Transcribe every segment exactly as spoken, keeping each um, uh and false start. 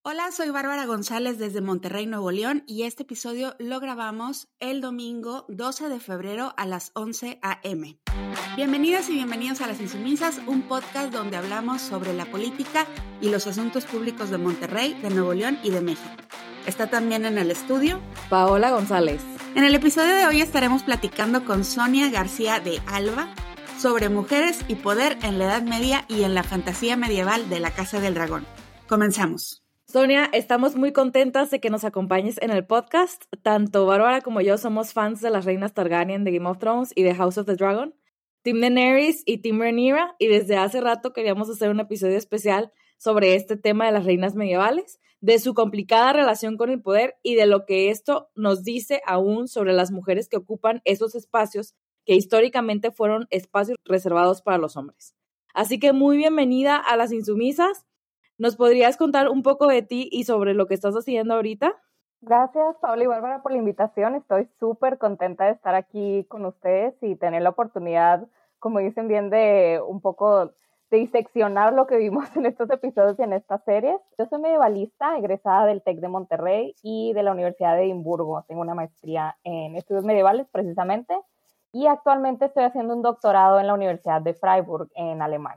Hola, soy Bárbara González desde Monterrey, Nuevo León, y este episodio lo grabamos el domingo doce de febrero a las once a eme Bienvenidas y bienvenidos a Las Insumisas, un podcast donde hablamos sobre la política y los asuntos públicos de Monterrey, de Nuevo León y de México. Está también en el estudio Paola González. En el episodio de hoy estaremos platicando con Sonia García de Alba sobre mujeres y poder en la Edad Media y en la fantasía medieval de la Casa del Dragón. Comenzamos. Sonia, estamos muy contentas de que nos acompañes en el podcast. Tanto Bárbara como yo somos fans de las reinas Targaryen de Game of Thrones y de House of the Dragon, Team Daenerys y Team Rhaenyra, y desde hace rato queríamos hacer un episodio especial sobre este tema de las reinas medievales, de su complicada relación con el poder y de lo que esto nos dice aún sobre las mujeres que ocupan esos espacios que históricamente fueron espacios reservados para los hombres. Así que muy bienvenida a Las Insumisas. ¿Nos podrías contar un poco de ti y sobre lo que estás haciendo ahorita? Gracias, Paola y Bárbara, por la invitación. Estoy súper contenta de estar aquí con ustedes y tener la oportunidad, como dicen bien, de un poco de diseccionar lo que vimos en estos episodios y en estas series. Yo soy medievalista, egresada del TEC de Monterrey y de la Universidad de Edimburgo. Tengo una maestría en estudios medievales, precisamente, y actualmente estoy haciendo un doctorado en la Universidad de Freiburg, en Alemania.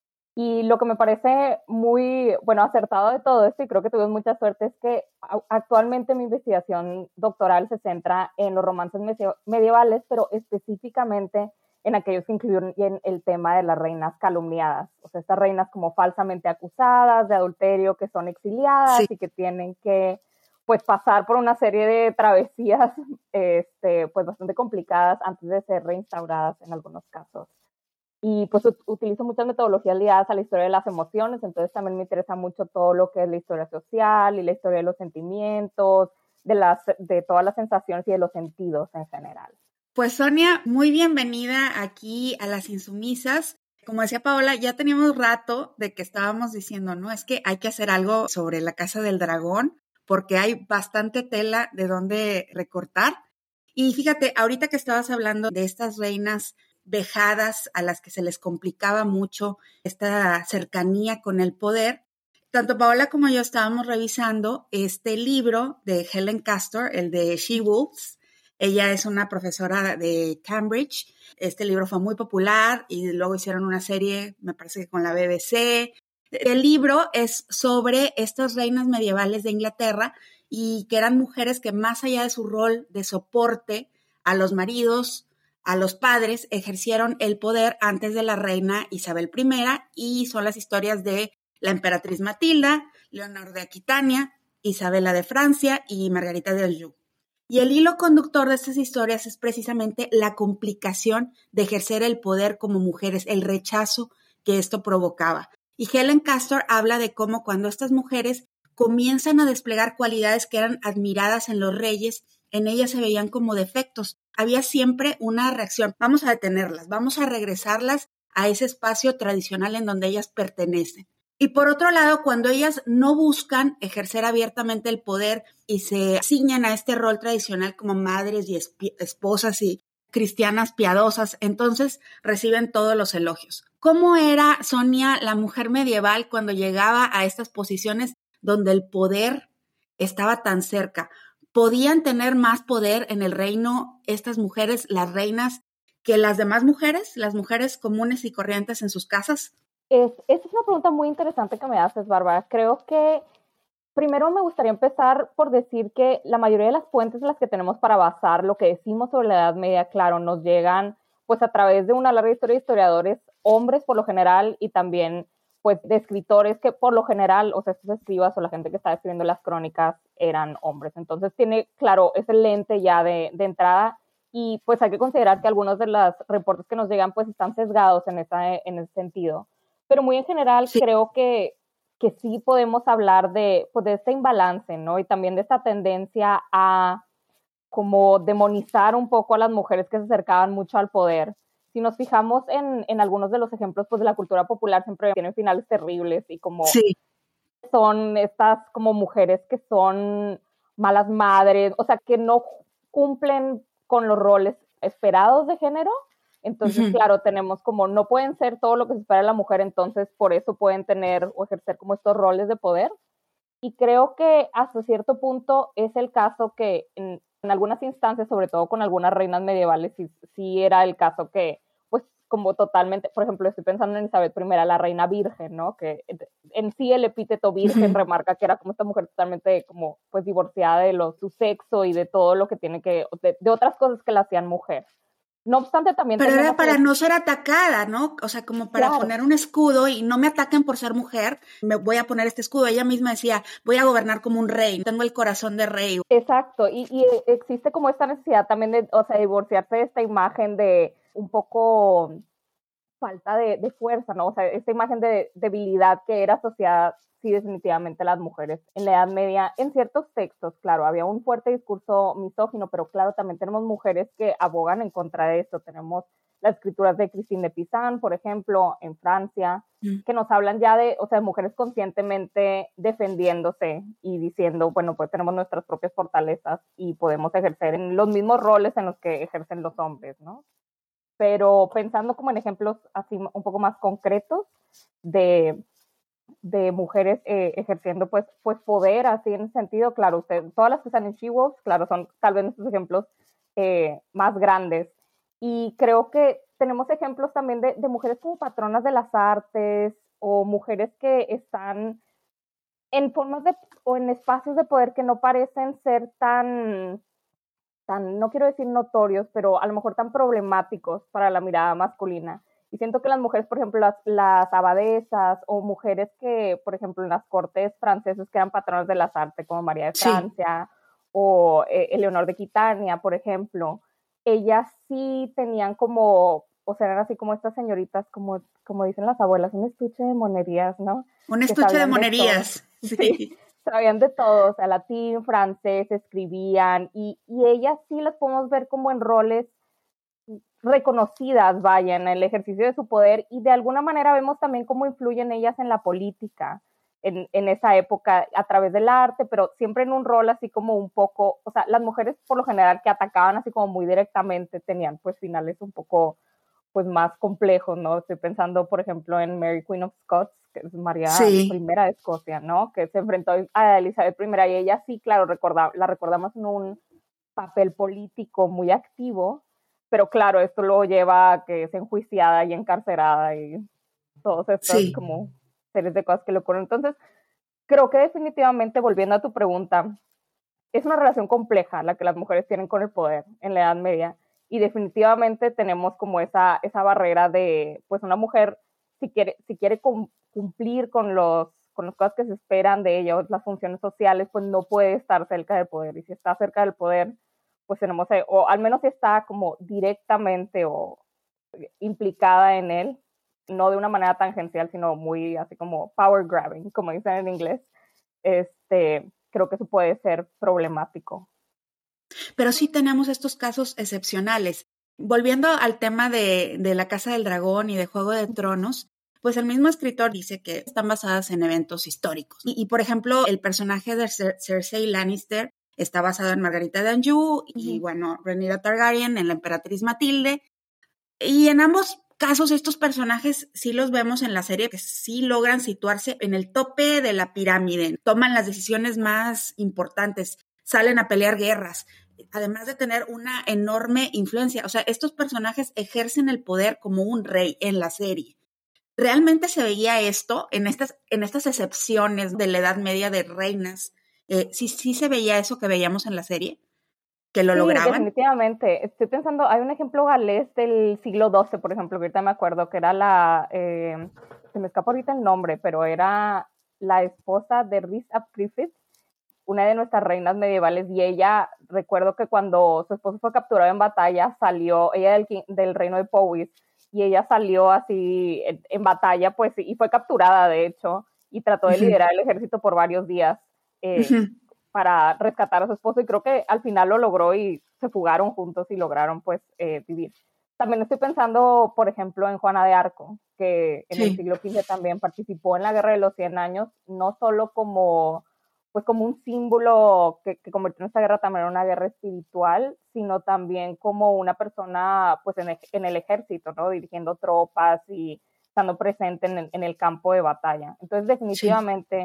Y lo que me parece muy, bueno, acertado de todo esto, y creo que tuvimos mucha suerte, es que actualmente mi investigación doctoral se centra en los romances medievales, pero específicamente en aquellos que incluyen el tema de las reinas calumniadas, o sea, estas reinas como falsamente acusadas de adulterio, que son exiliadas sí. y que tienen que, pues, pasar por una serie de travesías, este, pues, bastante complicadas antes de ser reinstauradas en algunos casos. Y pues utilizo muchas metodologías ligadas a la historia de las emociones, entonces también me interesa mucho todo lo que es la historia social y la historia de los sentimientos, de, las, de todas las sensaciones y de los sentidos en general. Pues Sonia, muy bienvenida aquí a Las Insumisas. Como decía Paola, ya teníamos rato de que estábamos diciendo, no, es que hay que hacer algo sobre la Casa del Dragón, porque hay bastante tela de dónde recortar. Y fíjate, ahorita que estabas hablando de estas reinas vejadas a las que se les complicaba mucho esta cercanía con el poder, tanto Paola como yo estábamos revisando este libro de Helen Castor, el de She-Wolves. Ella es una profesora de Cambridge. Este libro fue muy popular y luego hicieron una serie, me parece que con la B B C. El libro es sobre estas reinas medievales de Inglaterra y que eran mujeres que, más allá de su rol de soporte a los maridos, a los padres, ejercieron el poder antes de la reina Isabel primera, y son las historias de la emperatriz Matilda, Leonor de Aquitania, Isabela de Francia y Margarita de Anjou. Y el hilo conductor de estas historias es precisamente la complicación de ejercer el poder como mujeres, el rechazo que esto provocaba. Y Helen Castor habla de cómo cuando estas mujeres comienzan a desplegar cualidades que eran admiradas en los reyes, en ellas se veían como defectos. Había siempre una reacción, vamos a detenerlas, vamos a regresarlas a ese espacio tradicional en donde ellas pertenecen. Y por otro lado, cuando ellas no buscan ejercer abiertamente el poder y se ciñen a este rol tradicional como madres y esposas y cristianas piadosas, entonces reciben todos los elogios. ¿Cómo era, Sonia, la mujer medieval cuando llegaba a estas posiciones donde el poder estaba tan cerca? ¿Podían tener más poder en el reino estas mujeres, las reinas, que las demás mujeres, las mujeres comunes y corrientes en sus casas? Es, esa es una pregunta muy interesante que me haces, Bárbara. Creo que primero me gustaría empezar por decir que la mayoría de las fuentes en las que tenemos para basar lo que decimos sobre la Edad Media, claro, nos llegan pues a través de una larga historia de historiadores, hombres por lo general, y también pues de escritores que por lo general, o sea, estos escribas o la gente que está escribiendo las crónicas eran hombres. Entonces tiene, claro, ese lente ya de, de entrada, y pues hay que considerar que algunos de los reportes que nos llegan pues están sesgados en, esa, en ese sentido. Pero muy en general sí. creo que, que sí podemos hablar de, pues, de este imbalance, ¿no? Y también de esta tendencia a como demonizar un poco a las mujeres que se acercaban mucho al poder. Si nos fijamos en, en algunos de los ejemplos pues, de la cultura popular, siempre tienen finales terribles y como sí. son estas como mujeres que son malas madres, o sea, que no cumplen con los roles esperados de género. Entonces, uh-huh. claro, tenemos como, no pueden ser todo lo que se espera de la mujer, entonces por eso pueden tener o ejercer como estos roles de poder. Y creo que hasta cierto punto es el caso que en, en algunas instancias, sobre todo con algunas reinas medievales, sí, sí era el caso que, pues, como totalmente, por ejemplo, estoy pensando en Isabel primera, la reina virgen, ¿no? Que en sí el epíteto virgen uh-huh. remarca que era como esta mujer totalmente como, pues, divorciada de lo, su sexo y de todo lo que tiene que, de, de otras cosas que la hacían mujer. No obstante, también Pero era para que... no ser atacada, ¿no? O sea, como para claro. poner un escudo y no me ataquen por ser mujer, me voy a poner este escudo. Ella misma decía, voy a gobernar como un rey, tengo el corazón de rey. Exacto, y, y existe como esta necesidad también de, o sea, divorciarse de esta imagen de un poco falta de, de fuerza, ¿no? O sea, esta imagen de debilidad que era asociada, sí, definitivamente a las mujeres en la Edad Media, en ciertos textos, claro, había un fuerte discurso misógino, pero claro, también tenemos mujeres que abogan en contra de esto. Tenemos las escrituras de Christine de Pizan, por ejemplo, en Francia, mm. que nos hablan ya de, o sea, de mujeres conscientemente defendiéndose y diciendo, bueno, pues tenemos nuestras propias fortalezas y podemos ejercer en los mismos roles en los que ejercen los hombres, ¿no? Pero pensando como en ejemplos así un poco más concretos de, de mujeres eh, ejerciendo pues, pues poder así en ese sentido, claro, usted, todas las que están en She-Wolf, claro, son tal vez nuestros ejemplos eh, más grandes. Y creo que tenemos ejemplos también de, de mujeres como patronas de las artes o mujeres que están en formas de, o en espacios de poder que no parecen ser tan... tan, no quiero decir notorios, pero a lo mejor tan problemáticos para la mirada masculina. Y siento que las mujeres, por ejemplo, las, las abadesas o mujeres que, por ejemplo, en las cortes francesas que eran patronas de las artes, como María de Francia sí. o eh, Eleonor de Quitania, por ejemplo, ellas sí tenían como, o sea, eran así como estas señoritas, como, como dicen las abuelas, un estuche de monerías, ¿no? Un estuche de monerías, de sí. sí. Sabían de todo, o sea, latín, francés, escribían, y, y ellas sí las podemos ver como en roles reconocidas, vaya, en el ejercicio de su poder, y de alguna manera vemos también cómo influyen ellas en la política, en, en esa época, a través del arte, pero siempre en un rol así como un poco, o sea, las mujeres por lo general que atacaban así como muy directamente tenían pues finales un poco pues más complejos, ¿no? Estoy pensando, por ejemplo, en Mary Queen of Scots, que es María sí. primera de Escocia, ¿no? Que se enfrentó a Elizabeth primera y ella sí, claro, recorda, la recordamos en un papel político muy activo, pero claro, esto luego lleva a que es enjuiciada y encarcerada y todos estos sí. como series de cosas que le ocurren. Entonces, creo que definitivamente, volviendo a tu pregunta, es una relación compleja la que las mujeres tienen con el poder en la Edad Media. Y definitivamente tenemos como esa, esa barrera de, pues una mujer, si quiere, si quiere cumplir con, los, con las cosas que se esperan de ella, las funciones sociales, pues no puede estar cerca del poder. Y si está cerca del poder, pues tenemos, o al menos si está como directamente o implicada en él, no de una manera tangencial, sino muy así como power grabbing, como dicen en inglés, este, creo que eso puede ser problemático. Pero sí tenemos estos casos excepcionales. Volviendo al tema de, de La Casa del Dragón y de Juego de Tronos, pues el mismo escritor dice que están basadas en eventos históricos. Y, y por ejemplo, el personaje de Cer- Cersei Lannister está basado en Margarita de Anjou y, uh-huh. bueno, Rhaenyra Targaryen en la emperatriz Matilde. Y en ambos casos estos personajes sí los vemos en la serie que sí logran situarse en el tope de la pirámide, toman las decisiones más importantes, salen a pelear guerras, además de tener una enorme influencia. O sea, estos personajes ejercen el poder como un rey en la serie. ¿Realmente se veía esto en estas, en estas excepciones de la Edad Media de reinas? Eh, ¿sí, sí se veía eso que veíamos en la serie? ¿Que lo sí, lograban? Definitivamente. Estoy pensando, hay un ejemplo galés del siglo doce, por ejemplo, que ahorita me acuerdo, que era la, eh, se me escapa ahorita el nombre, pero era la esposa de Rhys ap Griffith, una de nuestras reinas medievales, y ella, recuerdo que cuando su esposo fue capturado en batalla, salió, ella del, del reino de Powys, y ella salió así en, en batalla, pues, y fue capturada, de hecho, y trató de liderar uh-huh. el ejército por varios días eh, uh-huh. para rescatar a su esposo, y creo que al final lo logró y se fugaron juntos y lograron, pues, eh, vivir. También estoy pensando, por ejemplo, en Juana de Arco, que en sí. el siglo quince también participó en la Guerra de los cien años, no solo como pues como un símbolo que, que convirtió en esta guerra también en una guerra espiritual, sino también como una persona pues en el, en el ejército, ¿no? Dirigiendo tropas y estando presente en el, en el campo de batalla. Entonces definitivamente sí.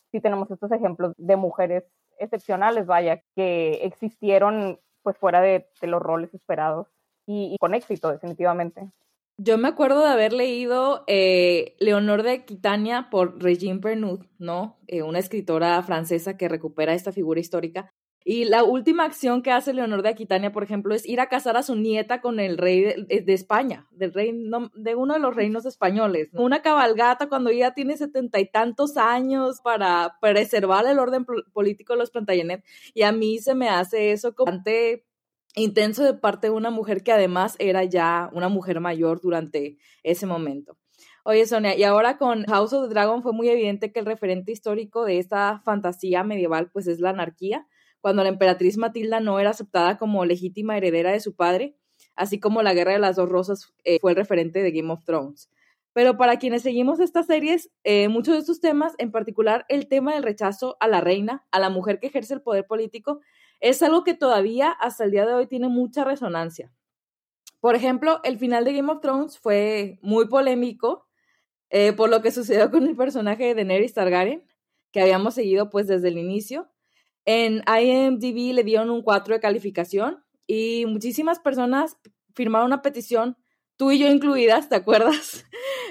sí tenemos estos ejemplos de mujeres excepcionales, vaya, que existieron pues fuera de, de los roles esperados y, y con éxito, definitivamente. Yo me acuerdo de haber leído eh, Leonor de Aquitania por Regine Pernoud, ¿no? Eh, una escritora francesa que recupera esta figura histórica. Y la última acción que hace Leonor de Aquitania, por ejemplo, es ir a casar a su nieta con el rey de, de España, del rey, no, de uno de los reinos españoles, ¿no? Una cabalgata cuando ella tiene setenta y tantos años para preservar el orden político de los Plantagenet. Y a mí se me hace eso como bastante intenso de parte de una mujer que además era ya una mujer mayor durante ese momento. Oye, Sonia, y ahora con House of the Dragon fue muy evidente que el referente histórico de esta fantasía medieval pues es la anarquía, cuando la emperatriz Matilda no era aceptada como legítima heredera de su padre, así como la Guerra de las Dos Rosas eh, fue el referente de Game of Thrones. Pero para quienes seguimos estas series, eh, muchos de estos temas, en particular el tema del rechazo a la reina, a la mujer que ejerce el poder político, es algo que todavía hasta el día de hoy tiene mucha resonancia. Por ejemplo, el final de Game of Thrones fue muy polémico eh, por lo que sucedió con el personaje de Daenerys Targaryen, que habíamos seguido pues desde el inicio. En I M D B le dieron un cuatro de calificación y muchísimas personas firmaron una petición, tú y yo incluidas, ¿te acuerdas?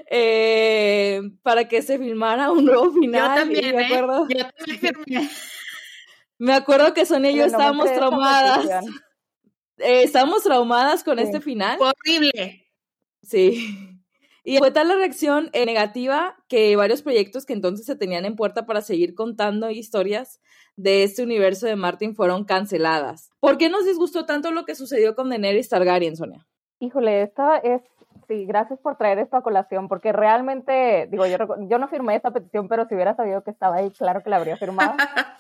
eh, para que se filmara un nuevo final. Yo también, y me acuerdo, ¿eh? Yo también firmé. Me acuerdo que Sonia y yo Pero no estábamos traumadas. Eh, estábamos traumadas con sí. este final. Fue horrible. Sí. Y fue tal la reacción eh, negativa que varios proyectos que entonces se tenían en puerta para seguir contando historias de este universo de Martin fueron canceladas. ¿Por qué nos disgustó tanto lo que sucedió con Daenerys Targaryen, Sonia? Híjole, esta es... Sí, gracias por traer esto a colación, porque realmente, digo, yo, yo no firmé esta petición, pero si hubiera sabido que estaba ahí, claro que la habría firmado.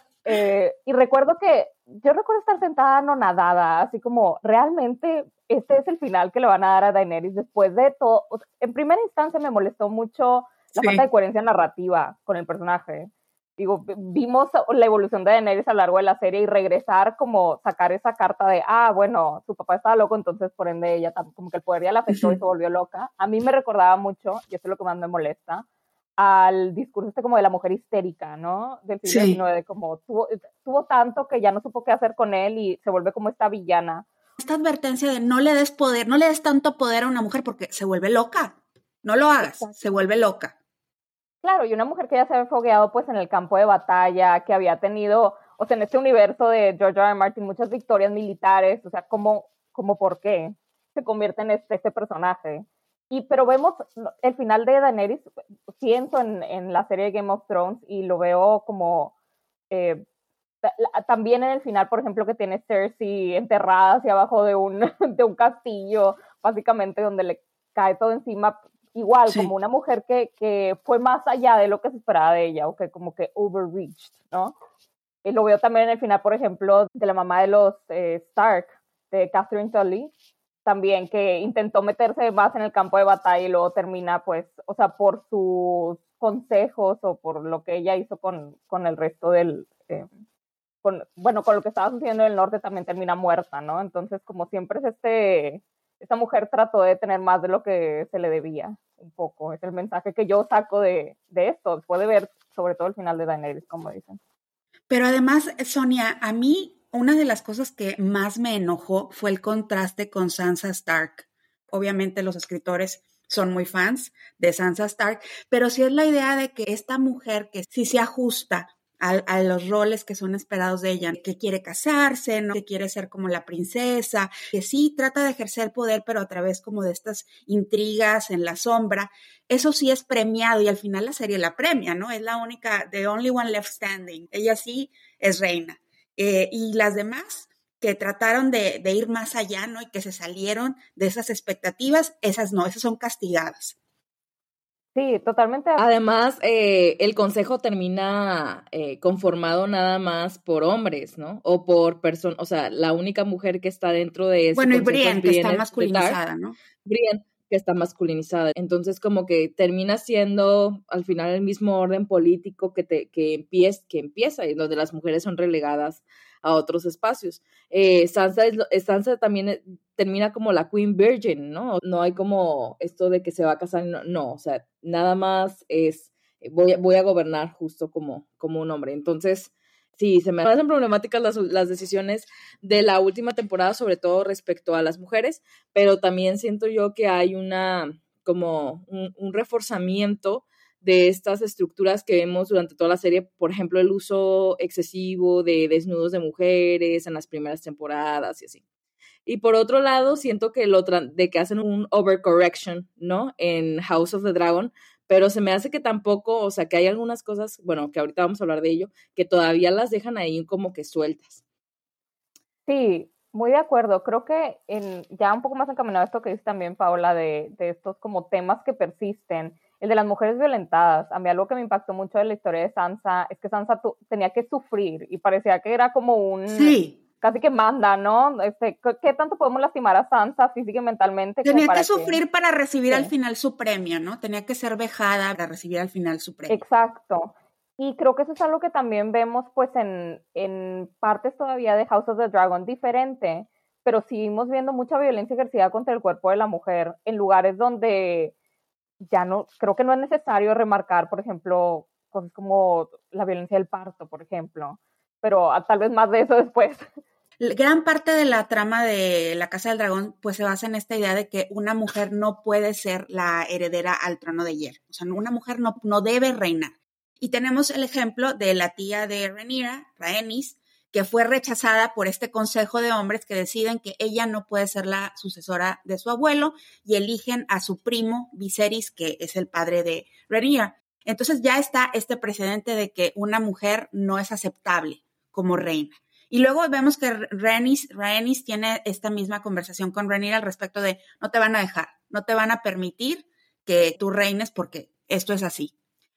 Eh, y recuerdo que, yo recuerdo estar sentada anonadada, así como, realmente este es el final que le van a dar a Daenerys después de todo. O sea, en primera instancia me molestó mucho la sí. falta de coherencia narrativa con el personaje. Digo, vimos la evolución de Daenerys a lo largo de la serie y regresar como sacar esa carta de, ah, bueno, su papá estaba loco, entonces por ende ella como que el poder ya la afectó uh-huh. y se volvió loca. A mí me recordaba mucho, y eso es lo que más me molesta, al discurso este como de la mujer histérica, ¿no? Del siglo diecinueve, sí. como tuvo, tuvo tanto que ya no supo qué hacer con él y se vuelve como esta villana. Esta advertencia de no le des poder, no le des tanto poder a una mujer porque se vuelve loca. No lo hagas, Exacto. se vuelve loca. Claro, y una mujer que ya se había fogueado pues en el campo de batalla, que había tenido, o sea, en este universo de George R. R. Martin, muchas victorias militares, o sea, ¿cómo, cómo por qué se convierte en este, este personaje? Y, pero vemos el final de Daenerys, pienso en, en la serie de Game of Thrones y lo veo como, eh, también en el final, por ejemplo, que tiene Cersei enterrada hacia abajo de un, de un castillo, básicamente donde le cae todo encima, igual, sí. como una mujer que, que fue más allá de lo que se esperaba de ella, o que como que overreached, ¿no? Y lo veo también en el final, por ejemplo, de la mamá de los eh, Stark, de Catherine Tully, también que intentó meterse más en el campo de batalla y luego termina, pues, o sea, por sus consejos o por lo que ella hizo con, con el resto del, eh, con, bueno, con lo que estaba sucediendo en el norte también termina muerta, ¿no? Entonces, como siempre es este, esta mujer trató de tener más de lo que se le debía, un poco, es el mensaje que yo saco de, de esto, después de ver sobre todo el final de Daenerys, como dicen. Pero además, Sonia, a mí una de las cosas que más me enojó fue el contraste con Sansa Stark. Obviamente los escritores son muy fans de Sansa Stark, pero sí es la idea de que esta mujer que sí se ajusta a, a los roles que son esperados de ella, que quiere casarse, ¿no? Que quiere ser como la princesa, que sí trata de ejercer poder, pero a través como de estas intrigas en la sombra, eso sí es premiado y al final la serie la premia, ¿no? Es la única, the only one left standing, ella sí es reina. Eh, y las demás que trataron de, de ir más allá, ¿no? Y que se salieron de esas expectativas, esas no, esas son castigadas. Sí, totalmente. Además, eh, el consejo termina eh, conformado nada más por hombres, ¿no? O por personas, o sea, la única mujer que está dentro de ese bueno, consejo. Bueno, y Brienne, que está masculinizada, ¿no? Brienne, que está masculinizada. Entonces, como que termina siendo al final el mismo orden político que, te, que, empieza, que empieza y donde las mujeres son relegadas a otros espacios. Eh, Sansa, es, Sansa también termina como la Queen Virgin, ¿no? No hay como esto de que se va a casar, no, no, o sea, nada más es voy, voy a gobernar justo como, como un hombre. Entonces, sí, se me hacen problemáticas las, las decisiones de la última temporada, sobre todo respecto a las mujeres, pero también siento yo que hay una, como un, un reforzamiento de estas estructuras que vemos durante toda la serie, por ejemplo, el uso excesivo de desnudos de mujeres en las primeras temporadas y así. Y por otro lado, siento que lo tra- de que hacen un overcorrection, ¿no? En House of the Dragon, pero se me hace que tampoco, o sea, que hay algunas cosas, bueno, que ahorita vamos a hablar de ello, que todavía las dejan ahí como que sueltas. Sí, muy de acuerdo. Creo que en, ya un poco más encaminado a esto que dice también Paola, de, de estos como temas que persisten, el de las mujeres violentadas. A mí algo que me impactó mucho de la historia de Sansa es que Sansa tu, tenía que sufrir y parecía que era como un... Sí. Casi que manda, ¿no? Este, ¿qué, ¿Qué tanto podemos lastimar a Sansa física y mentalmente? Tenía para que sufrir que... para recibir sí. al final su premio, ¿no? Tenía que ser vejada para recibir al final su premio. Exacto. Y creo que eso es algo que también vemos pues en, en partes todavía de House of the Dragon diferente, pero seguimos viendo mucha violencia ejercida contra el cuerpo de la mujer en lugares donde ya no, creo que no es necesario remarcar, por ejemplo, cosas como la violencia del parto, por ejemplo, pero a, tal vez más de eso después. Gran parte de la trama de La Casa del Dragón pues se basa en esta idea de que una mujer no puede ser la heredera al trono de hierro. O sea, una mujer no, no debe reinar. Y tenemos el ejemplo de la tía de Rhaenyra, Rhaenys, que fue rechazada por este consejo de hombres que deciden que ella no puede ser la sucesora de su abuelo y eligen a su primo Viserys, que es el padre de Rhaenyra. Entonces ya está este precedente de que una mujer no es aceptable como reina. Y luego vemos que Rhaenys, Rhaenys tiene esta misma conversación con Rhaenyra al respecto de no te van a dejar, no te van a permitir que tú reines porque esto es así.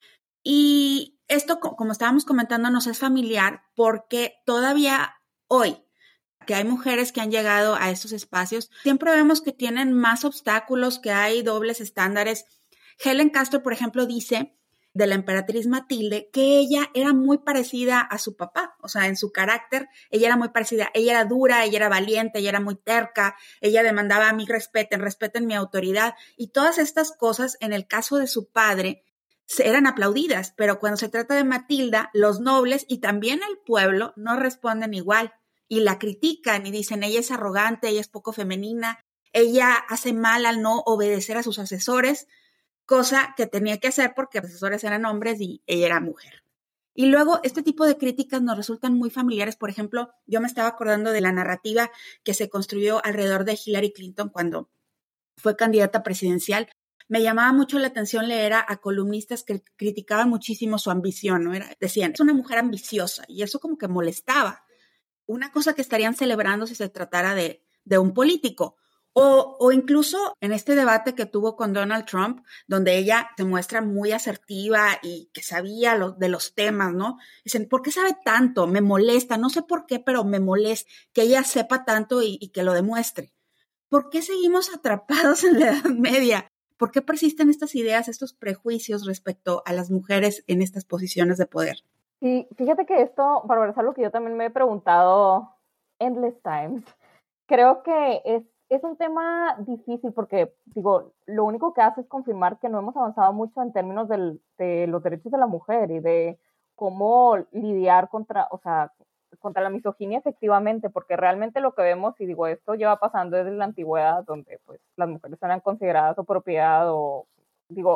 Y esto, como estábamos comentando, nos es familiar porque todavía hoy que hay mujeres que han llegado a estos espacios, siempre vemos que tienen más obstáculos, que hay dobles estándares. Helen Castro, por ejemplo, dice de la emperatriz Matilde que ella era muy parecida a su papá, o sea, en su carácter, ella era muy parecida, ella era dura, ella era valiente, ella era muy terca, ella demandaba a mí respeten, respeten mi autoridad, y todas estas cosas en el caso de su padre eran aplaudidas, pero cuando se trata de Matilda, los nobles y también el pueblo no responden igual y la critican y dicen, ella es arrogante, ella es poco femenina, ella hace mal al no obedecer a sus asesores, cosa que tenía que hacer porque los asesores eran hombres y ella era mujer. Y luego este tipo de críticas nos resultan muy familiares. Por ejemplo, yo me estaba acordando de la narrativa que se construyó alrededor de Hillary Clinton cuando fue candidata presidencial. Me llamaba mucho la atención leer a, a columnistas que criticaban muchísimo su ambición, ¿no? Era, decían, es una mujer ambiciosa, y eso como que molestaba. Una cosa que estarían celebrando si se tratara de, de un político. O, o incluso en este debate que tuvo con Donald Trump, donde ella se muestra muy asertiva y que sabía lo, de los temas, ¿no? Dicen, ¿por qué sabe tanto? Me molesta, no sé por qué, pero me molesta que ella sepa tanto y, y que lo demuestre. ¿Por qué seguimos atrapados en la Edad Media? ¿Por qué persisten estas ideas, estos prejuicios respecto a las mujeres en estas posiciones de poder? Sí, fíjate que esto, para ver, es algo que yo también me he preguntado endless times. Creo que es, es un tema difícil porque, digo, lo único que hace es confirmar que no hemos avanzado mucho en términos del, de los derechos de la mujer y de cómo lidiar contra, o sea, contra la misoginia efectivamente, porque realmente lo que vemos, y digo, esto lleva pasando desde la antigüedad, donde pues las mujeres eran consideradas o propiedad o, digo,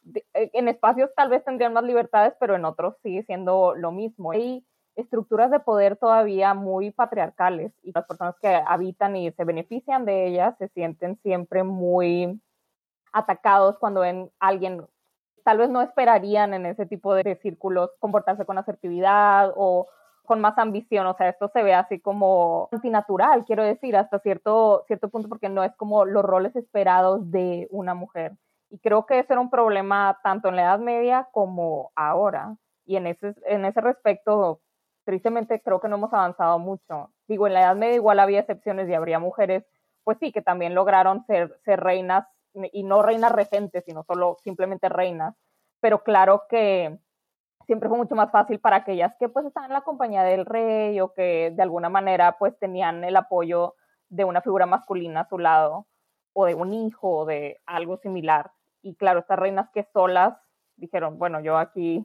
en espacios tal vez tendrían más libertades, pero en otros sigue siendo lo mismo. Hay estructuras de poder todavía muy patriarcales y las personas que habitan y se benefician de ellas se sienten siempre muy atacados cuando ven a alguien, tal vez no esperarían en ese tipo de círculos comportarse con asertividad o con más ambición, o sea, esto se ve así como antinatural, quiero decir, hasta cierto, cierto punto, porque no es como los roles esperados de una mujer. Y creo que eso era un problema tanto en la Edad Media como ahora. Y en ese, en ese respecto, tristemente, creo que no hemos avanzado mucho. Digo, en la Edad Media igual había excepciones y habría mujeres, pues sí, que también lograron ser, ser reinas, y no reinas regentes, sino solo simplemente reinas. Pero claro que siempre fue mucho más fácil para aquellas que pues estaban en la compañía del rey o que de alguna manera pues tenían el apoyo de una figura masculina a su lado o de un hijo o de algo similar. Y claro, estas reinas que solas dijeron, bueno, yo aquí,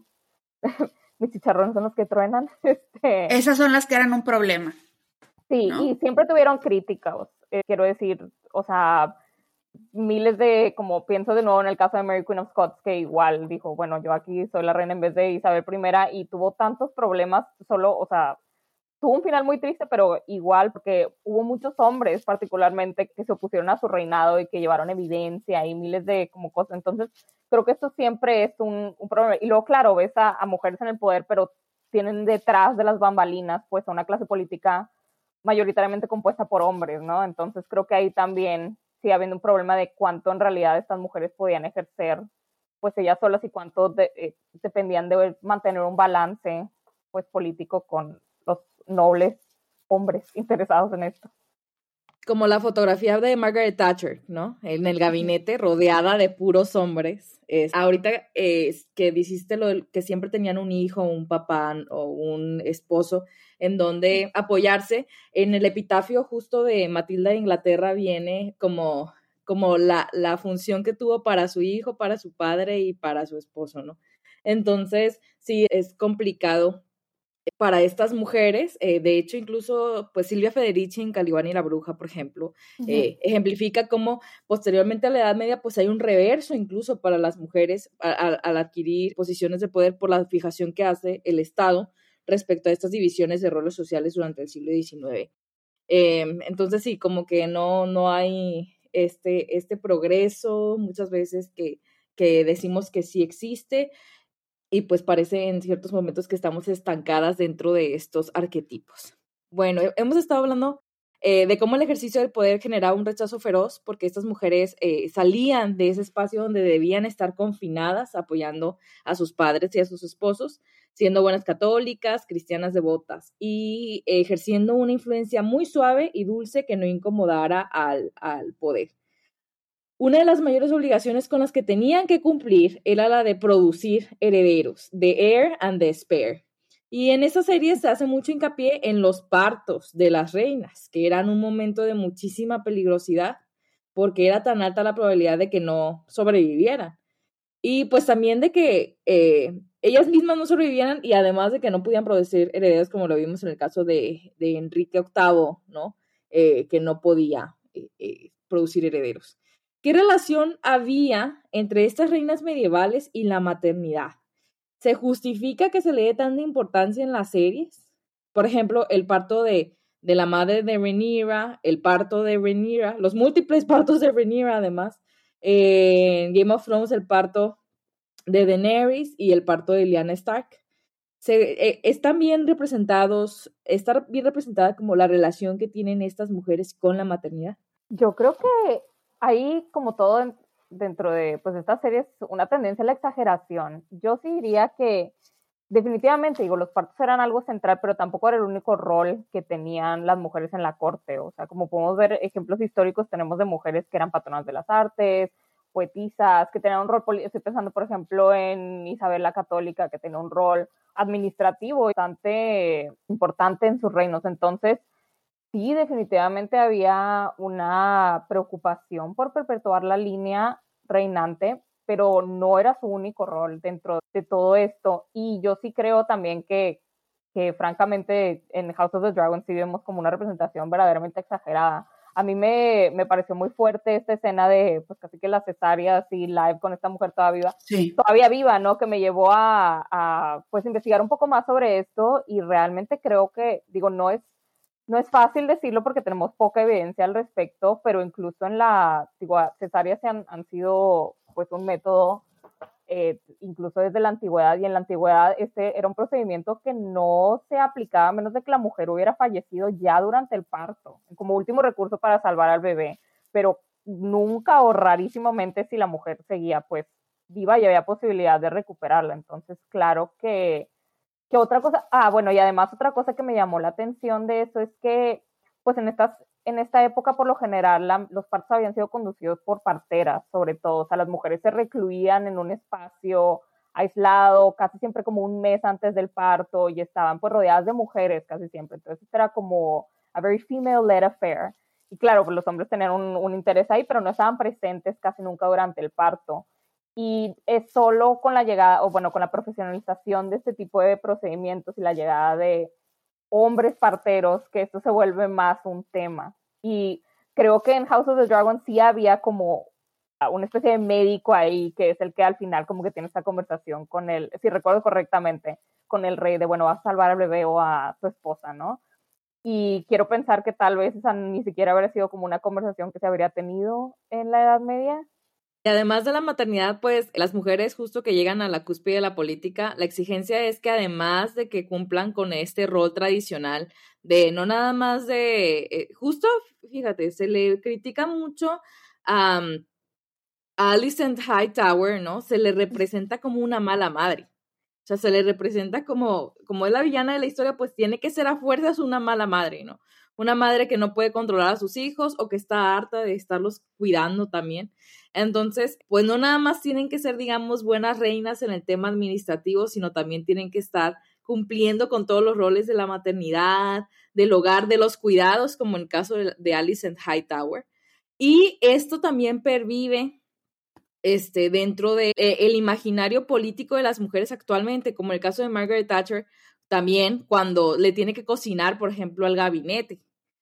mis chicharrones son los que truenan. Este, Esas son las que eran un problema. Sí, ¿no? Y siempre tuvieron críticas, eh, quiero decir, o sea, miles de, como pienso de nuevo en el caso de Mary Queen of Scots, que igual dijo, bueno, yo aquí soy la reina en vez de Isabel primera, y tuvo tantos problemas, solo, o sea, tuvo un final muy triste, pero igual, porque hubo muchos hombres particularmente que se opusieron a su reinado y que llevaron evidencia y miles de como cosas, entonces creo que esto siempre es un, un problema, y luego claro, ves a, a mujeres en el poder, pero tienen detrás de las bambalinas pues a una clase política mayoritariamente compuesta por hombres, ¿no? Entonces creo que ahí también sigue habiendo un problema de cuánto en realidad estas mujeres podían ejercer pues ellas solas y cuánto de, eh, dependían de mantener un balance pues político con los nobles hombres interesados en esto. Como la fotografía de Margaret Thatcher, ¿no? En el gabinete, rodeada de puros hombres. Es, ahorita eh, que dijiste lo de que siempre tenían un hijo, un papá o un esposo en donde apoyarse, en el epitafio justo de Matilda de Inglaterra viene como, como la, la función que tuvo para su hijo, para su padre y para su esposo, ¿no? Entonces, sí, es complicado para estas mujeres. Eh, de hecho, incluso pues Silvia Federici en Calibán y la Bruja, por ejemplo, uh-huh. eh, ejemplifica cómo posteriormente a la Edad Media pues hay un reverso incluso para las mujeres al adquirir posiciones de poder por la fijación que hace el Estado respecto a estas divisiones de roles sociales durante el siglo diecinueve. Eh, entonces sí, como que no, no hay este, este progreso muchas veces que, que decimos que sí existe, y pues parece en ciertos momentos que estamos estancadas dentro de estos arquetipos. Bueno, hemos estado hablando eh, de cómo el ejercicio del poder generaba un rechazo feroz porque estas mujeres eh, salían de ese espacio donde debían estar confinadas apoyando a sus padres y a sus esposos, siendo buenas católicas, cristianas devotas y eh, ejerciendo una influencia muy suave y dulce que no incomodara al, al poder. Una de las mayores obligaciones con las que tenían que cumplir era la de producir herederos, the heir and the spare. Y en esa serie se hace mucho hincapié en los partos de las reinas, que eran un momento de muchísima peligrosidad, porque era tan alta la probabilidad de que no sobrevivieran. Y pues también de que eh, ellas mismas no sobrevivieran y además de que no podían producir herederos, como lo vimos en el caso de, de Enrique octavo, ¿no? Eh, que no podía eh, eh, producir herederos. ¿Qué relación había entre estas reinas medievales y la maternidad? ¿Se justifica que se le dé tanta importancia en las series? Por ejemplo, el parto de, de la madre de Rhaenyra, el parto de Rhaenyra, los múltiples partos de Rhaenyra además, eh, en Game of Thrones el parto de Daenerys y el parto de Lyanna Stark. Se, eh, están bien representados, está bien representada como la relación que tienen estas mujeres con la maternidad. Yo creo que hay, como todo dentro de pues, estas series, una tendencia a la exageración. Yo sí diría que definitivamente, digo, los partos eran algo central, pero tampoco era el único rol que tenían las mujeres en la corte. O sea, como podemos ver ejemplos históricos, tenemos de mujeres que eran patronas de las artes, poetisas, que tenían un rol, estoy pensando, por ejemplo, en Isabel la Católica, que tenía un rol administrativo bastante importante en sus reinos. Entonces, sí, definitivamente había una preocupación por perpetuar la línea reinante, pero no era su único rol dentro de todo esto. Y yo sí creo también que, que francamente, en House of the Dragon sí vemos como una representación verdaderamente exagerada. A mí me, me pareció muy fuerte esta escena de, pues casi que las cesáreas y live con esta mujer todavía viva, sí. todavía viva, ¿no? Que me llevó a, a, pues, investigar un poco más sobre esto y realmente creo que, digo, no es No es fácil decirlo porque tenemos poca evidencia al respecto, pero incluso en la, digo, cesáreas han, han sido pues un método, eh, incluso desde la antigüedad, y en la antigüedad este era un procedimiento que no se aplicaba a menos de que la mujer hubiera fallecido ya durante el parto, como último recurso para salvar al bebé, pero nunca o rarísimamente si la mujer seguía pues viva y había posibilidad de recuperarla. Entonces, claro que ¿Qué otra cosa? Ah, bueno, y además otra cosa que me llamó la atención de eso es que, pues en, estas, en esta época, por lo general, la, los partos habían sido conducidos por parteras, sobre todo. O sea, las mujeres se recluían en un espacio aislado, casi siempre como un mes antes del parto, y estaban pues rodeadas de mujeres casi siempre. Entonces, era como a very female-led affair. Y claro, pues los hombres tenían un, un interés ahí, pero no estaban presentes casi nunca durante el parto. y es solo con la llegada, o bueno, con la profesionalización de este tipo de procedimientos y la llegada de hombres parteros que esto se vuelve más un tema. Y creo que en House of the Dragon sí había como una especie de médico ahí, que es el que al final como que tiene esta conversación con él, si recuerdo correctamente, con el rey de, bueno, vas a salvar al bebé o a tu esposa, ¿no? Y quiero pensar que tal vez esa ni siquiera habría sido como una conversación que se habría tenido en la Edad Media. Y además de la maternidad, pues las mujeres justo que llegan a la cúspide de la política, la exigencia es que además de que cumplan con este rol tradicional de no nada más de, eh, justo, fíjate, se le critica mucho a um, Alicent Hightower, ¿no? Se le representa como una mala madre. O sea, se le representa como, como es la villana de la historia, pues tiene que ser a fuerzas una mala madre, ¿no? Una madre que no puede controlar a sus hijos o que está harta de estarlos cuidando también. Entonces, pues no nada más tienen que ser, digamos, buenas reinas en el tema administrativo, sino también tienen que estar cumpliendo con todos los roles de la maternidad, del hogar, de los cuidados, como en el caso de, de Alicent Hightower. Y esto también pervive Este, dentro del de, eh, imaginario político de las mujeres actualmente, como el caso de Margaret Thatcher, también cuando le tiene que cocinar, por ejemplo, al gabinete.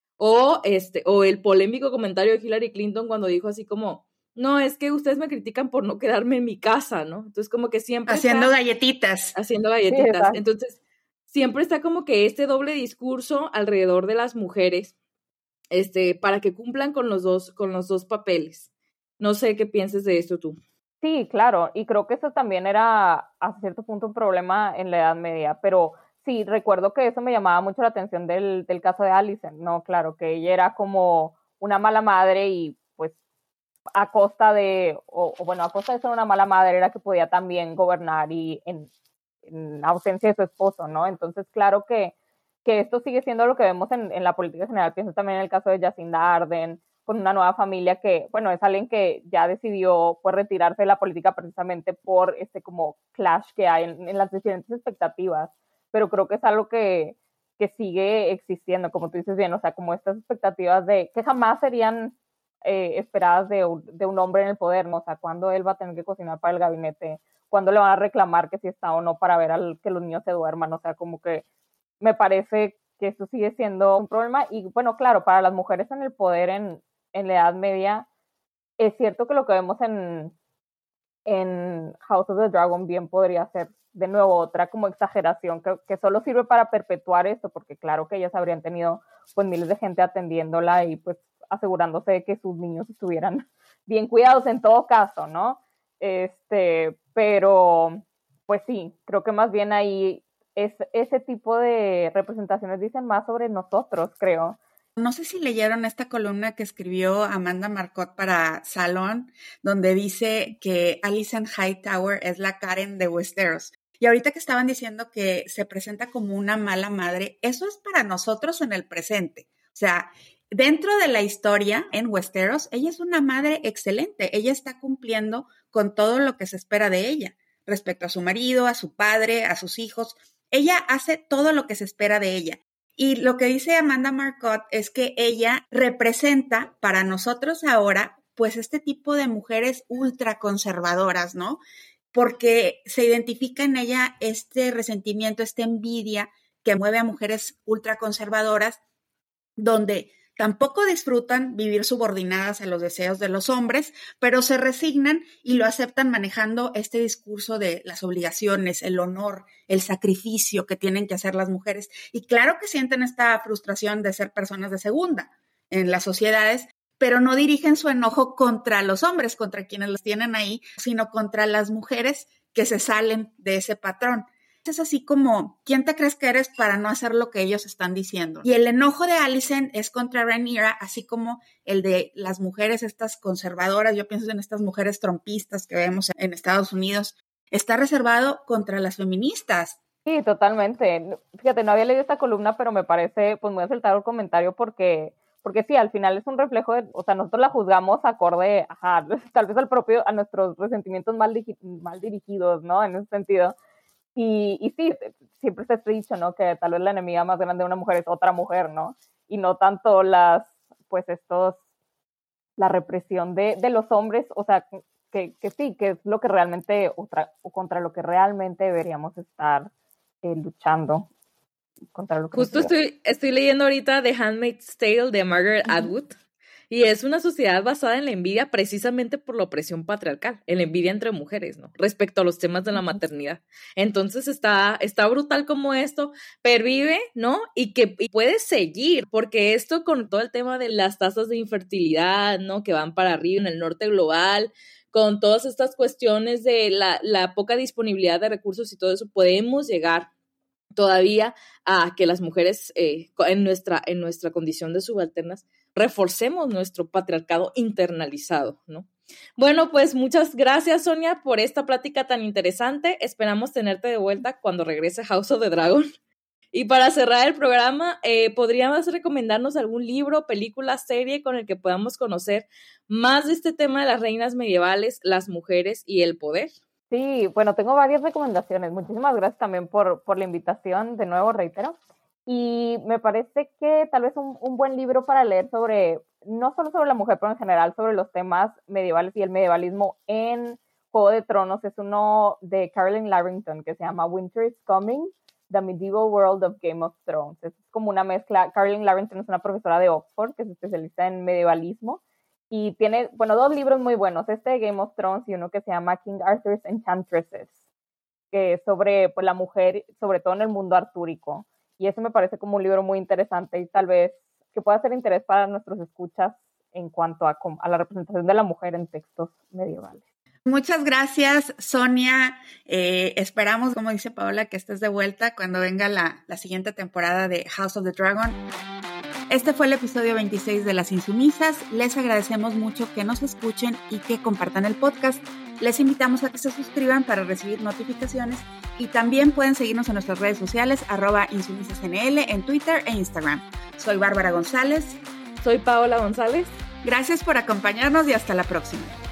O, este, o el polémico comentario de Hillary Clinton cuando dijo así como, no, es que ustedes me critican por no quedarme en mi casa, ¿no? Entonces como que siempre haciendo está galletitas. Haciendo galletitas. Sí, Entonces siempre está como que este doble discurso alrededor de las mujeres, este, para que cumplan con los dos, con los dos papeles. No sé qué pienses de esto tú. Sí, claro, y creo que eso también era a cierto punto un problema en la Edad Media, pero sí, recuerdo que eso me llamaba mucho la atención del, del caso de Alicent, ¿no? Claro, que ella era como una mala madre y pues a costa de, o, o bueno, a costa de ser una mala madre era que podía también gobernar y en, en ausencia de su esposo, ¿no? Entonces, claro que, que esto sigue siendo lo que vemos en, en la política general, pienso también en el caso de Jacinda Ardern, con una nueva familia que, bueno, es alguien que ya decidió pues retirarse de la política precisamente por este como clash que hay en, en las diferentes expectativas, pero creo que es algo que, que sigue existiendo, como tú dices bien, o sea, como estas expectativas de que jamás serían eh, esperadas de un, de un hombre en el poder, ¿no? O sea, cuándo él va a tener que cocinar para el gabinete, cuándo le van a reclamar que si está o no para ver al, que los niños se duerman, o sea, como que me parece que eso sigue siendo un problema y bueno, claro, para las mujeres en el poder en, en la Edad Media, es cierto que lo que vemos en, en House of the Dragon bien podría ser de nuevo otra como exageración que, que solo sirve para perpetuar esto, porque claro que ellas habrían tenido pues miles de gente atendiéndola y pues asegurándose de que sus niños estuvieran bien cuidados en todo caso, ¿no? Este, pero pues sí, creo que más bien ahí es, ese tipo de representaciones dicen más sobre nosotros, creo. No sé si leyeron esta columna que escribió Amanda Marcotte para Salon, donde dice que Alicent Hightower es la Karen de Westeros. Y ahorita que estaban diciendo que se presenta como una mala madre, eso es para nosotros en el presente. O sea, dentro de la historia en Westeros, ella es una madre excelente. Ella está cumpliendo con todo lo que se espera de ella respecto a su marido, a su padre, a sus hijos. Ella hace todo lo que se espera de ella. Y lo que dice Amanda Marcotte es que ella representa para nosotros ahora, pues este tipo de mujeres ultraconservadoras, ¿no? Porque se identifica en ella este resentimiento, esta envidia que mueve a mujeres ultraconservadoras, donde tampoco disfrutan vivir subordinadas a los deseos de los hombres, pero se resignan y lo aceptan manejando este discurso de las obligaciones, el honor, el sacrificio que tienen que hacer las mujeres. Y claro que sienten esta frustración de ser personas de segunda en las sociedades, pero no dirigen su enojo contra los hombres, contra quienes los tienen ahí, sino contra las mujeres que se salen de ese patrón. Es así como, ¿quién te crees que eres para no hacer lo que ellos están diciendo? Y el enojo de Alicent es contra Rhaenyra, así como el de las mujeres estas conservadoras, yo pienso en estas mujeres trompistas que vemos en Estados Unidos, está reservado contra las feministas. Sí, totalmente. Fíjate, no había leído esta columna, pero me parece pues muy acertado el comentario porque, porque sí, al final es un reflejo de, o sea, nosotros la juzgamos acorde, ajá, tal vez al propio, a nuestros resentimientos mal, mal dirigidos, ¿no? En ese sentido. Y, y sí, siempre se ha dicho, ¿no? Que tal vez la enemiga más grande de una mujer es otra mujer, ¿no? Y no tanto las, pues estos, la represión de, de los hombres, o sea, que, que sí, que es lo que realmente, otra, o contra lo que realmente deberíamos estar eh, luchando. Contra lo que Justo estoy, estoy leyendo ahorita The Handmaid's Tale de Margaret uh-huh. Atwood, y es una sociedad basada en la envidia precisamente por la opresión patriarcal, en la envidia entre mujeres, ¿no? Respecto a los temas de la maternidad. Entonces está, está brutal como esto pervive, ¿no? Y que y puede seguir, porque esto con todo el tema de las tasas de infertilidad, ¿no? Que van para arriba en el norte global, con todas estas cuestiones de la, la poca disponibilidad de recursos y todo eso, podemos llegar todavía a que las mujeres eh, en, nuestra, en nuestra condición de subalternas reforcemos nuestro patriarcado internalizado, ¿no? Bueno, pues muchas gracias, Sonia, por esta plática tan interesante. Esperamos tenerte de vuelta cuando regrese House of the Dragon. Y para cerrar el programa, eh, ¿podrías recomendarnos algún libro, película, serie con el que podamos conocer más de este tema de las reinas medievales, las mujeres y el poder? Sí, bueno, tengo varias recomendaciones. Muchísimas gracias también por, por la invitación, de nuevo, reitero. Y me parece que tal vez un, un buen libro para leer sobre, no solo sobre la mujer, pero en general sobre los temas medievales y el medievalismo en Juego de Tronos, es uno de Caroline Larrington que se llama Winter is Coming, The Medieval World of Game of Thrones. Es como una mezcla. Caroline Larrington es una profesora de Oxford que se especializa en medievalismo y tiene, bueno, dos libros muy buenos, este de Game of Thrones y uno que se llama King Arthur's Enchantresses, que es sobre pues, la mujer, sobre todo en el mundo artúrico. Y eso me parece como un libro muy interesante y tal vez que pueda ser interés para nuestros escuchas en cuanto a, a la representación de la mujer en textos medievales. Muchas gracias, Sonia. Eh, esperamos, como dice Paola, que estés de vuelta cuando venga la, la siguiente temporada de House of the Dragon. Este fue el episodio veintiséis de Las Insumisas. Les agradecemos mucho que nos escuchen y que compartan el podcast. Les invitamos a que se suscriban para recibir notificaciones y también pueden seguirnos en nuestras redes sociales, arroba insumisasnl en Twitter e Instagram. Soy Bárbara González. Soy Paola González. Gracias por acompañarnos y hasta la próxima.